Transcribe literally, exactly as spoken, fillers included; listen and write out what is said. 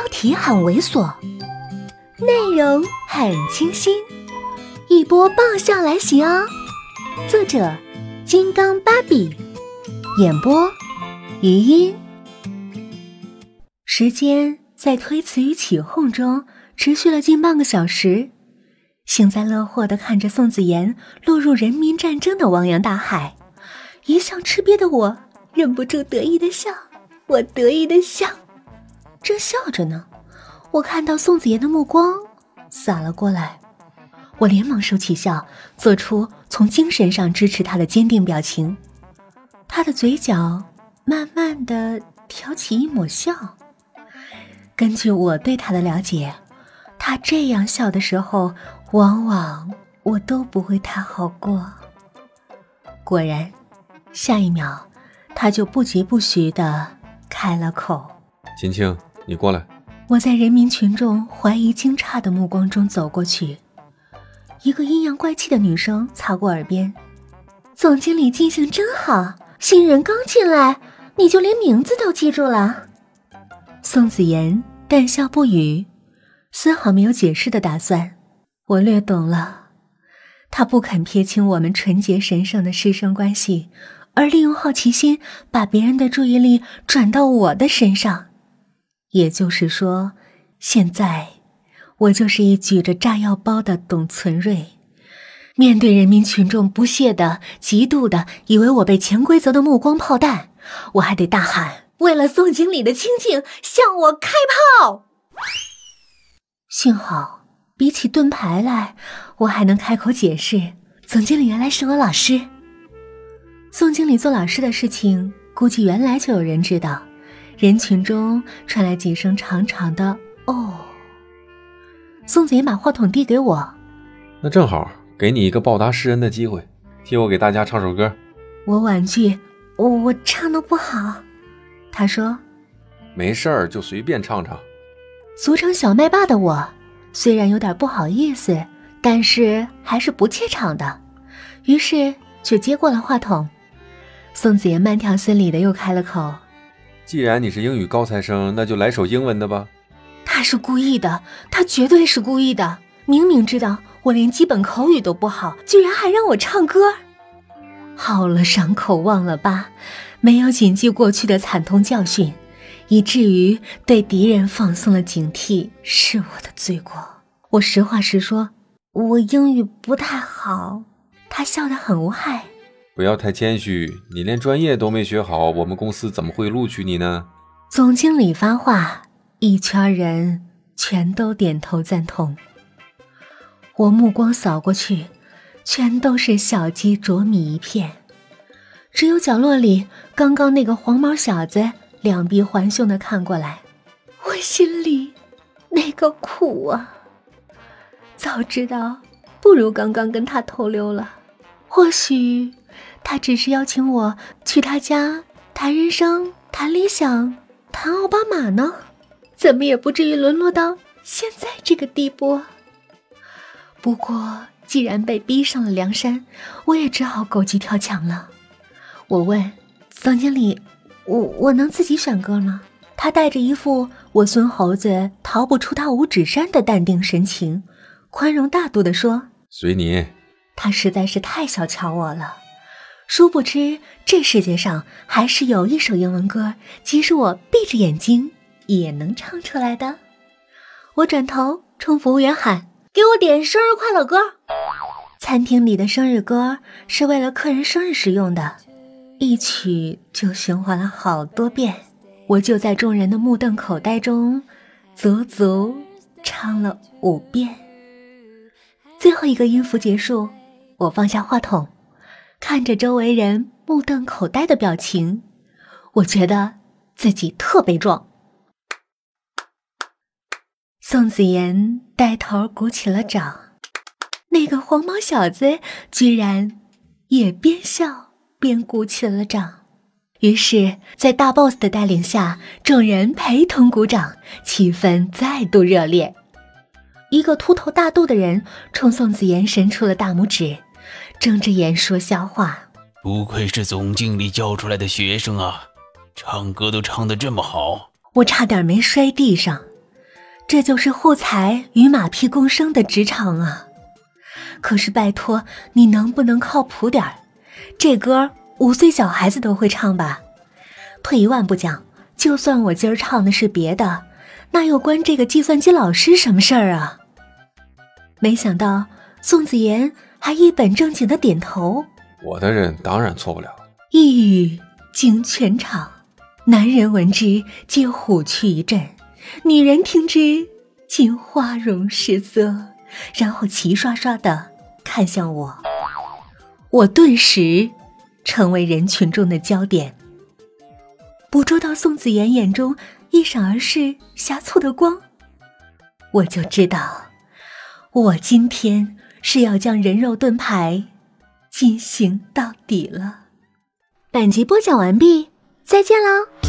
题很猥琐，内容很清新，一波爆笑来袭哦！作者：金刚芭比，演播：余音。时间在推辞与起哄中持续了近半个小时，幸灾乐祸地看着宋子妍落入人民战争的汪洋大海，一向吃瘪的我忍不住得意地笑，我得意地笑。正笑着呢，我看到宋子妍的目光洒了过来，我连忙收起笑，做出从精神上支持他的坚定表情。他的嘴角慢慢地挑起一抹笑。根据我对他的了解，他这样笑的时候，往往我都不会太好过。果然，下一秒他就不疾不徐地开了口： 秦青，你过来。 我在人民群众怀疑惊诧的目光中走过去，一个阴阳怪气的女声擦过耳边：总经理记性真好，新人刚进来你就连名字都记住了。宋子妍淡笑不语，丝毫没有解释的打算。我略懂了，他不肯撇清我们纯洁神圣的师生关系，而利用好奇心把别人的注意力转到我的身上。也就是说，现在我就是一举着炸药包的董存瑞，面对人民群众不屑的、嫉妒的以为我被潜规则的目光炮弹，我还得大喊：为了宋经理的清静，向我开炮！幸好比起盾牌来，我还能开口解释，总经理原来是我老师。宋经理做老师的事情估计原来就有人知道，人群中传来几声长长的哦。宋子妍把话筒递给我： 那正好给你一个报答师恩的机会，替我给大家唱首歌。 我婉拒：我我唱得不好。他说： 没事儿，就随便唱唱。 俗称小麦霸的我虽然有点不好意思，但是还是不怯场的，于是就接过了话筒。宋子妍慢条斯理的又开了口： 既然你是英语高材生，那就来首英文的吧。 他是故意的，他绝对是故意的，明明知道我连基本口语都不好，居然还让我唱歌。好了伤口忘了疤，没有谨记过去的惨痛教训，以至于对敌人放松了警惕，是我的罪过。我实话实说，我英语不太好。他笑得很无害： 不要太谦虚，你连专业都没学好，我们公司怎么会录取你呢？ 总经理发话，一圈人全都点头赞同。我目光扫过去，全都是小鸡啄米一片，只有角落里刚刚那个黄毛小子两臂环胸地看过来。我心里那个苦啊！早知道不如刚刚跟他偷溜了。或许他只是邀请我去他家谈人生、谈理想、谈奥巴马呢，怎么也不至于沦落到现在这个地步。不过既然被逼上了梁山，我也只好狗急跳墙了。我问总经理：我我能自己选歌吗？他带着一副我孙猴子逃不出他五指山的淡定神情，宽容大度地说： 随你。 他实在是太小瞧我了，殊不知这世界上还是有一首英文歌，即使我闭着眼睛也能唱出来的。我转头冲服务员喊：给我点生日快乐歌。餐厅里的生日歌是为了客人生日时用的，一曲就循环了好多遍，我就在众人的目瞪口呆中足足唱了五遍。最后一个音符结束，我放下话筒，看着周围人目瞪口呆的表情，我觉得自己特悲壮。宋子妍带头鼓起了掌，那个黄毛小子居然也边笑边鼓起了掌。于是在大 boss 的带领下，众人陪同鼓掌，气氛再度热烈。一个秃头大肚的人冲宋子妍伸出了大拇指，睁着眼说笑话： 不愧是总经理教出来的学生啊，唱歌都唱得这么好。 我差点没摔地上， 这就是护财与马屁共生的职场啊！可是拜托，你能不能靠谱点儿？这歌五岁小孩子都会唱吧？退一万步讲，就算我今儿唱的是别的，那又关这个计算机老师什么事儿啊？没想到宋子妍还一本正经的点头。 我的人当然错不了。 一语惊全场，男人闻之皆虎躯一震，女人听之竟花容失色，然后齐刷刷地看向我。我顿时成为人群中的焦点，捕捉到宋子妍眼中一闪而逝狭促的光，我就知道我今天是要将人肉盾牌进行到底了。本集播讲完毕，再见喽。